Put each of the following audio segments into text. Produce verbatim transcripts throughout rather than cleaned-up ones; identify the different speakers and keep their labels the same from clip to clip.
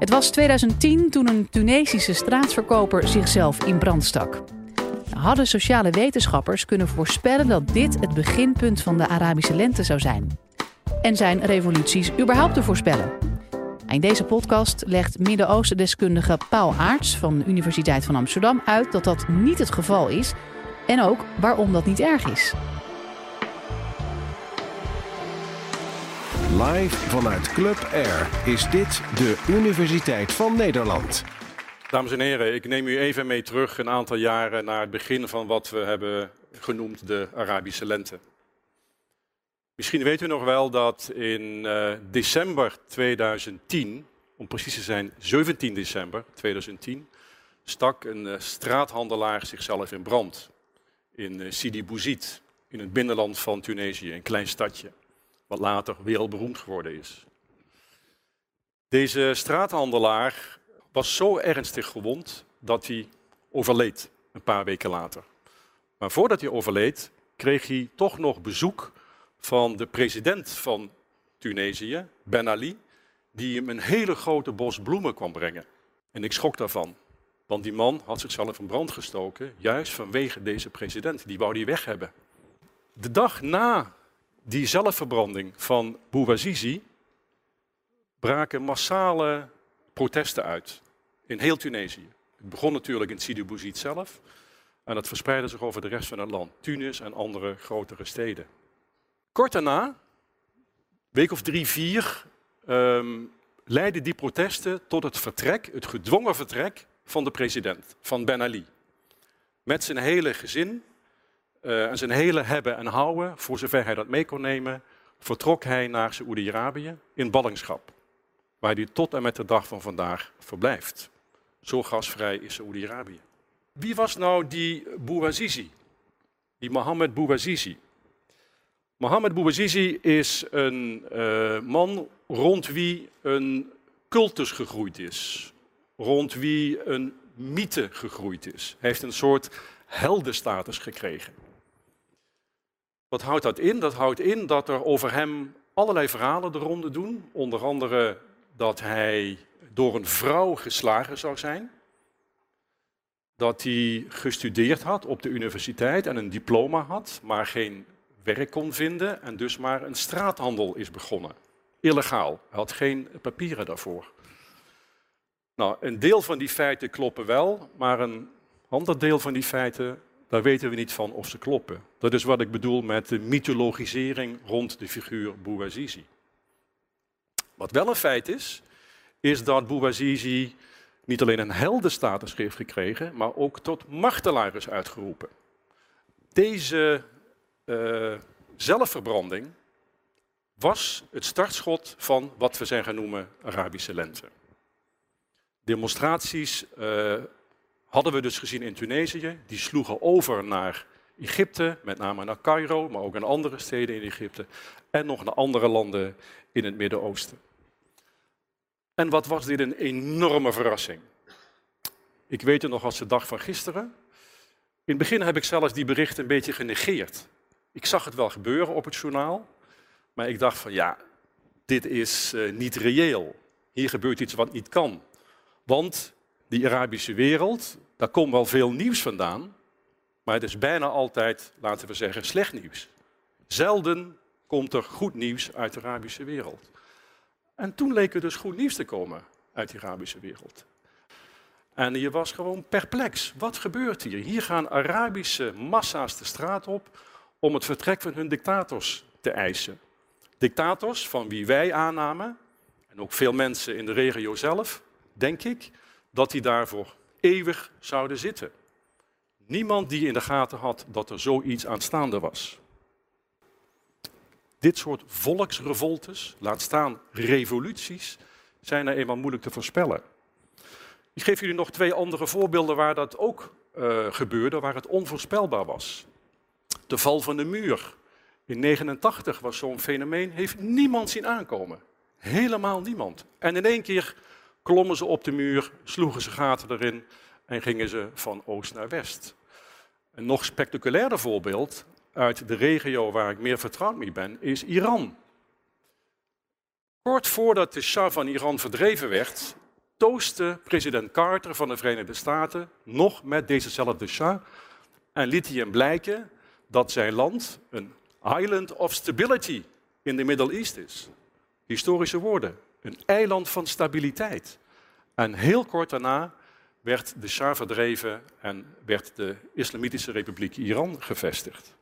Speaker 1: Het was tweeduizend tien toen een Tunesische straatverkoper zichzelf in brand stak. Hadden sociale wetenschappers kunnen voorspellen dat dit het beginpunt van de Arabische lente zou zijn? En zijn revoluties überhaupt te voorspellen? In deze podcast legt Midden-Oosten-deskundige Paul Aarts van de Universiteit van Amsterdam uit dat dat niet het geval is en ook waarom dat niet erg is.
Speaker 2: Live vanuit Club Air is dit de Universiteit van Nederland.
Speaker 3: Dames en heren, ik neem u even mee terug een aantal jaren naar het begin van wat we hebben genoemd de Arabische lente. Misschien weet u nog wel dat in uh, december tweeduizend tien, om precies te zijn zeventien december tweeduizend tien, stak een uh, straathandelaar zichzelf in brand in uh, Sidi Bouzid, in het binnenland van Tunesië, een klein stadje, wat later wereldberoemd geworden is. Deze straathandelaar was zo ernstig gewond dat hij overleed een paar weken later. Maar voordat hij overleed, kreeg hij toch nog bezoek van de president van Tunesië, Ben Ali, die hem een hele grote bos bloemen kwam brengen. En ik schrok daarvan, want die man had zichzelf in brand gestoken, juist vanwege deze president. Die wou hij weg hebben. De dag na die zelfverbranding van Bouazizi braken massale protesten uit in heel Tunesië. Het begon natuurlijk in Sidi Bouzid zelf en het verspreidde zich over de rest van het land, Tunis en andere grotere steden. Kort daarna, een week of drie, vier, um, leidden die protesten tot het vertrek, het gedwongen vertrek van de president, van Ben Ali. Met zijn hele gezin uh, en zijn hele hebben en houden, voor zover hij dat mee kon nemen, vertrok hij naar Saoedi-Arabië in ballingschap, waar hij tot en met de dag van vandaag verblijft. Zo gasvrij is Saoedi-Arabië. Wie was nou die Bouazizi, die Mohammed Bouazizi? Mohammed Bouazizi is een uh, man rond wie een cultus gegroeid is, rond wie een mythe gegroeid is. Hij heeft een soort heldenstatus gekregen. Wat houdt dat in? Dat houdt in dat er over hem allerlei verhalen de ronde doen, onder andere dat hij door een vrouw geslagen zou zijn, dat hij gestudeerd had op de universiteit en een diploma had, maar geen werk kon vinden en dus maar een straathandel is begonnen. Illegaal, hij had geen papieren daarvoor. Nou, een deel van die feiten kloppen wel, maar een ander deel van die feiten, daar weten we niet van of ze kloppen. Dat is wat ik bedoel met de mythologisering rond de figuur Bouazizi. Wat wel een feit is, is dat Bouazizi niet alleen een heldenstatus heeft gekregen, maar ook tot martelaar is uitgeroepen. Deze uh, zelfverbranding was het startschot van wat we zijn gaan noemen Arabische lente. Demonstraties uh, hadden we dus gezien in Tunesië, die sloegen over naar Egypte, met name naar Cairo, maar ook in andere steden in Egypte en nog naar andere landen in het Midden-Oosten. En wat was dit een enorme verrassing. Ik weet het nog als de dag van gisteren. In het begin heb ik zelfs die berichten een beetje genegeerd. Ik zag het wel gebeuren op het journaal, maar ik dacht van ja, dit is uh, niet reëel. Hier gebeurt iets wat niet kan. Want die Arabische wereld, daar komt wel veel nieuws vandaan, maar het is bijna altijd, laten we zeggen, slecht nieuws. Zelden komt er goed nieuws uit de Arabische wereld. En toen leek er dus goed nieuws te komen uit de Arabische wereld. En je was gewoon perplex. Wat gebeurt hier? Hier gaan Arabische massa's de straat op om het vertrek van hun dictators te eisen. Dictators van wie wij aannamen, en ook veel mensen in de regio zelf, denk ik, dat die daarvoor eeuwig zouden zitten. Niemand die in de gaten had dat er zoiets aanstaande was. Dit soort volksrevoltes, laat staan revoluties, zijn er eenmaal moeilijk te voorspellen. Ik geef jullie nog twee andere voorbeelden waar dat ook uh, gebeurde, waar het onvoorspelbaar was. De val van de muur. In negenentachtig was zo'n fenomeen, heeft niemand zien aankomen. Helemaal niemand. En in één keer klommen ze op de muur, sloegen ze gaten erin en gingen ze van oost naar west. Een nog spectaculairder voorbeeld uit de regio waar ik meer vertrouwd mee ben, is Iran. Kort voordat de Shah van Iran verdreven werd, toastte president Carter van de Verenigde Staten nog met dezezelfde Shah en liet hij hem blijken dat zijn land een island of stability in de Middle East is. Historische woorden, een eiland van stabiliteit. En heel kort daarna werd de Shah verdreven en werd de Islamitische Republiek Iran gevestigd.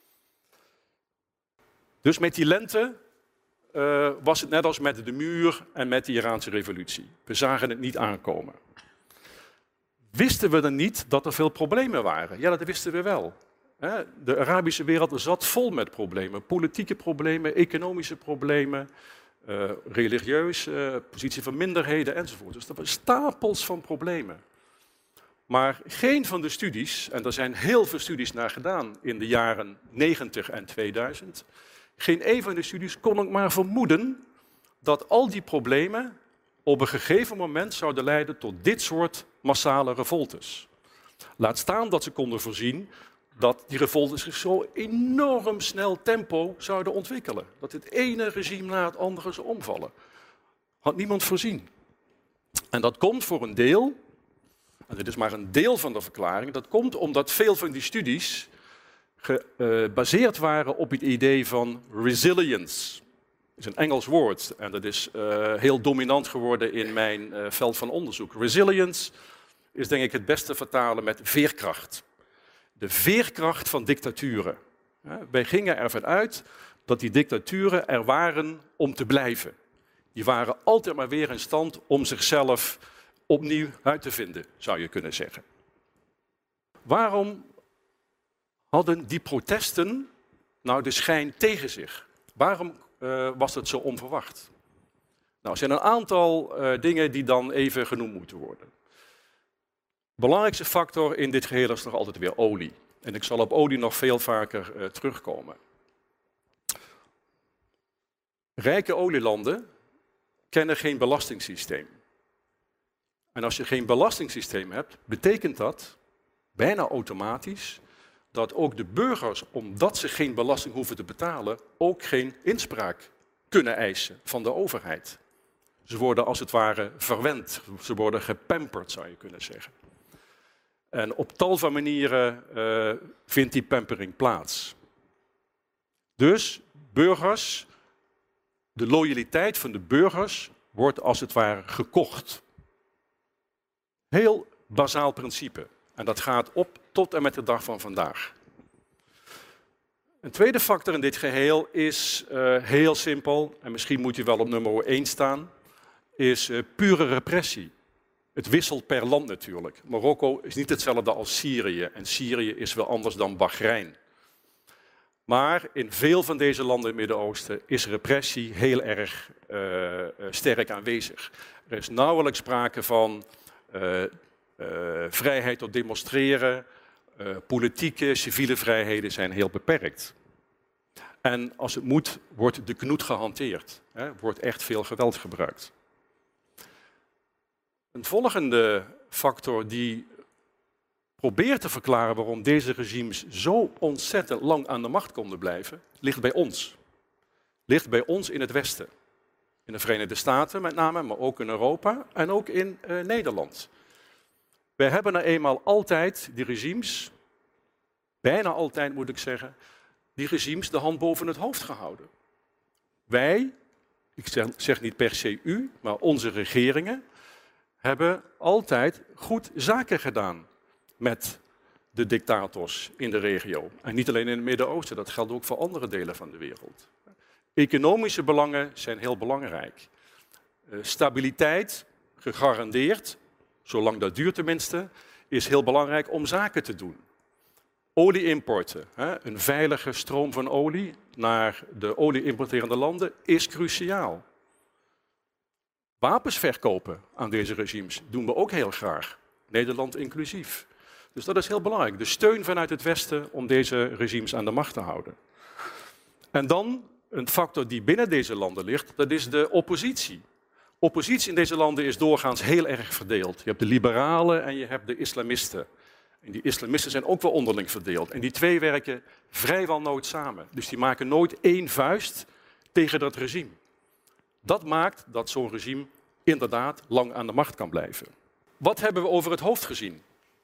Speaker 3: Dus met die lente uh, was het net als met de muur en met de Iraanse revolutie. We zagen het niet aankomen. Wisten we dan niet dat er veel problemen waren? Ja, dat wisten we wel. De Arabische wereld zat vol met problemen. Politieke problemen, economische problemen, uh, religieus, uh, positie van minderheden enzovoort. Dus er waren stapels van problemen. Maar geen van de studies, en er zijn heel veel studies naar gedaan in de jaren negentig en tweeduizend, geen een van de studies kon ook maar vermoeden dat al die problemen op een gegeven moment zouden leiden tot dit soort massale revoltes. Laat staan dat ze konden voorzien dat die revoltes zich zo enorm snel tempo zouden ontwikkelen. Dat het ene regime na het andere zou omvallen. Had niemand voorzien. En dat komt voor een deel, en dit is maar een deel van de verklaring, dat komt omdat veel van die studies gebaseerd waren op het idee van resilience. Dat is een Engels woord en dat is uh, heel dominant geworden in mijn uh, veld van onderzoek. Resilience is denk ik het beste vertalen met veerkracht. De veerkracht van dictaturen. Wij gingen ervan uit dat die dictaturen er waren om te blijven. Die waren altijd maar weer in stand om zichzelf opnieuw uit te vinden, zou je kunnen zeggen. Waarom hadden die protesten nou de schijn tegen zich? Waarom uh, was het zo onverwacht? Nou, er zijn een aantal uh, dingen die dan even genoemd moeten worden. De belangrijkste factor in dit geheel is nog altijd weer olie. En ik zal op olie nog veel vaker uh, terugkomen. Rijke olielanden kennen geen belastingssysteem. En als je geen belastingssysteem hebt, betekent dat bijna automatisch dat ook de burgers, omdat ze geen belasting hoeven te betalen, ook geen inspraak kunnen eisen van de overheid. Ze worden als het ware verwend, ze worden gepamperd, zou je kunnen zeggen. En op tal van manieren uh, vindt die pampering plaats. Dus burgers, de loyaliteit van de burgers wordt als het ware gekocht. Heel basaal principe. En dat gaat op tot en met de dag van vandaag. Een tweede factor in dit geheel is uh, heel simpel, en misschien moet je wel op nummer één staan, is uh, pure repressie. Het wisselt per land natuurlijk. Marokko is niet hetzelfde als Syrië en Syrië is wel anders dan Bahrein. Maar in veel van deze landen in het Midden-Oosten is repressie heel erg uh, sterk aanwezig. Er is nauwelijks sprake van uh, uh, vrijheid tot demonstreren. Uh, politieke, civiele vrijheden zijn heel beperkt. En als het moet, wordt de knoet gehanteerd. Er wordt echt veel geweld gebruikt. Een volgende factor die probeert te verklaren waarom deze regimes zo ontzettend lang aan de macht konden blijven, ligt bij ons. Ligt bij ons in het Westen. In de Verenigde Staten met name, maar ook in Europa en ook in uh, Nederland. Wij hebben nou eenmaal altijd die regimes, bijna altijd moet ik zeggen, die regimes de hand boven het hoofd gehouden. Wij, ik zeg, zeg niet per se u, maar onze regeringen, hebben altijd goed zaken gedaan met de dictators in de regio. En niet alleen in het Midden-Oosten, dat geldt ook voor andere delen van de wereld. Economische belangen zijn heel belangrijk. Uh, stabiliteit, gegarandeerd, zolang dat duurt tenminste, is heel belangrijk om zaken te doen. Olieimporten, hè, een veilige stroom van olie naar de olieimporterende landen is cruciaal. Wapens verkopen aan deze regimes doen we ook heel graag, Nederland inclusief. Dus dat is heel belangrijk, de steun vanuit het Westen om deze regimes aan de macht te houden. En dan een factor die binnen deze landen ligt, dat is de oppositie. Oppositie in deze landen is doorgaans heel erg verdeeld. Je hebt de liberalen en je hebt de islamisten. En die islamisten zijn ook wel onderling verdeeld. En die twee werken vrijwel nooit samen. Dus die maken nooit één vuist tegen dat regime. Dat maakt dat zo'n regime inderdaad lang aan de macht kan blijven. Wat hebben we over het hoofd gezien?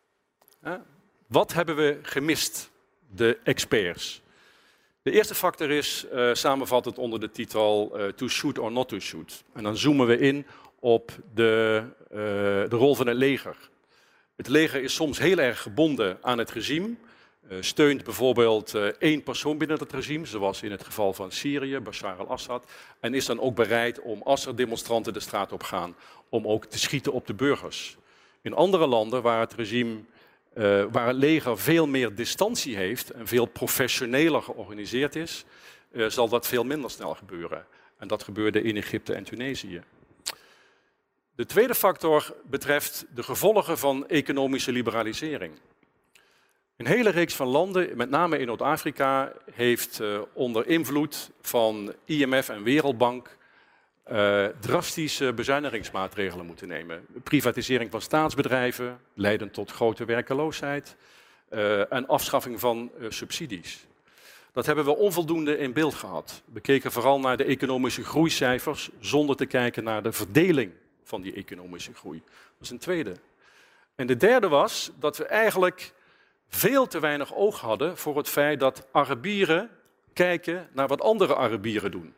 Speaker 3: Wat hebben we gemist, de experts? De eerste factor is uh, samenvattend onder de titel uh, to shoot or not to shoot. En dan zoomen we in op de, uh, de rol van het leger. Het leger is soms heel erg gebonden aan het regime. Uh, steunt bijvoorbeeld uh, één persoon binnen het regime, zoals in het geval van Syrië, Bashar al-Assad. En is dan ook bereid om, als er demonstranten de straat op gaan, om ook te schieten op de burgers. In andere landen waar het regime, uh, waar het leger veel meer distantie heeft en veel professioneler georganiseerd is, uh, zal dat veel minder snel gebeuren. En dat gebeurde in Egypte en Tunesië. De tweede factor betreft de gevolgen van economische liberalisering. Een hele reeks van landen, met name in Noord-Afrika, heeft uh, onder invloed van I M F en Wereldbank uh, drastische bezuinigingsmaatregelen moeten nemen. Privatisering van staatsbedrijven, leidend tot grote werkeloosheid uh, en afschaffing van uh, subsidies. Dat hebben we onvoldoende in beeld gehad. We keken vooral naar de economische groeicijfers zonder te kijken naar de verdeling van die economische groei. Dat is een tweede. En de derde was dat we eigenlijk veel te weinig oog hadden voor het feit dat Arabieren kijken naar wat andere Arabieren doen.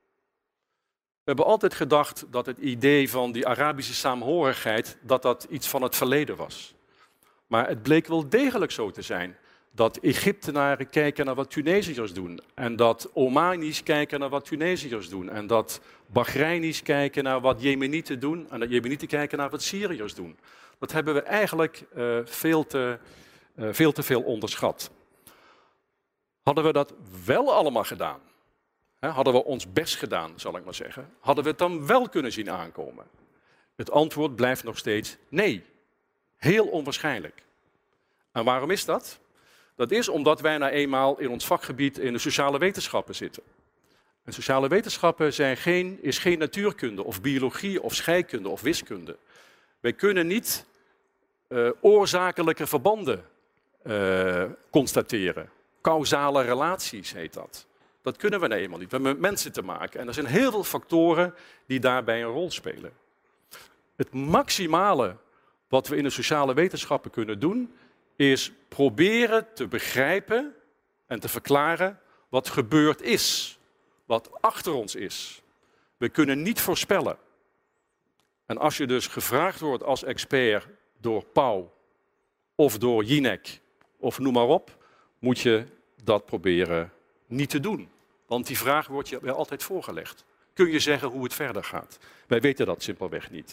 Speaker 3: We hebben altijd gedacht dat het idee van die Arabische saamhorigheid, dat dat iets van het verleden was. Maar het bleek wel degelijk zo te zijn dat Egyptenaren kijken naar wat Tunesiërs doen. En dat Omanis kijken naar wat Tunesiërs doen. En dat Bahrainis kijken naar wat Jemenieten doen. En dat Jemenieten kijken naar wat Syriërs doen. Dat hebben we eigenlijk uh, veel te... Uh, veel te veel onderschat. Hadden we dat wel allemaal gedaan, hè, hadden we ons best gedaan, zal ik maar zeggen, hadden we het dan wel kunnen zien aankomen? Het antwoord blijft nog steeds nee. Heel onwaarschijnlijk. En waarom is dat? Dat is omdat wij nou eenmaal in ons vakgebied in de sociale wetenschappen zitten. En sociale wetenschappen zijn geen, is geen natuurkunde of biologie of scheikunde of wiskunde. Wij kunnen niet uh, oorzakelijke verbanden Uh, constateren. Causale relaties heet dat. Dat kunnen we nou eenmaal niet. We hebben met mensen te maken. En er zijn heel veel factoren die daarbij een rol spelen. Het maximale wat we in de sociale wetenschappen kunnen doen, is proberen te begrijpen en te verklaren wat gebeurd is. Wat achter ons is. We kunnen niet voorspellen. En als je dus gevraagd wordt als expert door Pauw of door Jinek, of noem maar op, moet je dat proberen niet te doen. Want die vraag wordt je wel altijd voorgelegd. Kun je zeggen hoe het verder gaat? Wij weten dat simpelweg niet.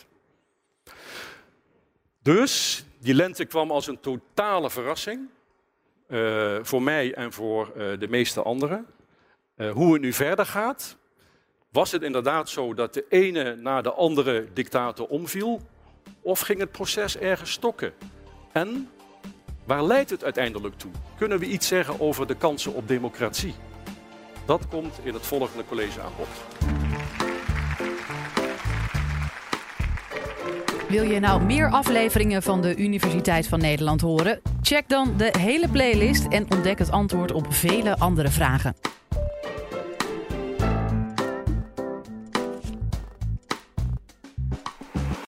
Speaker 3: Dus die lente kwam als een totale verrassing. Uh, voor mij en voor uh, de meeste anderen. Uh, hoe het nu verder gaat. Was het inderdaad zo dat de ene na de andere dictator omviel? Of ging het proces ergens stokken? En waar leidt het uiteindelijk toe? Kunnen we iets zeggen over de kansen op democratie? Dat komt in het volgende college aan bod.
Speaker 1: Wil je nou meer afleveringen van de Universiteit van Nederland horen? Check dan de hele playlist en ontdek het antwoord op vele andere vragen.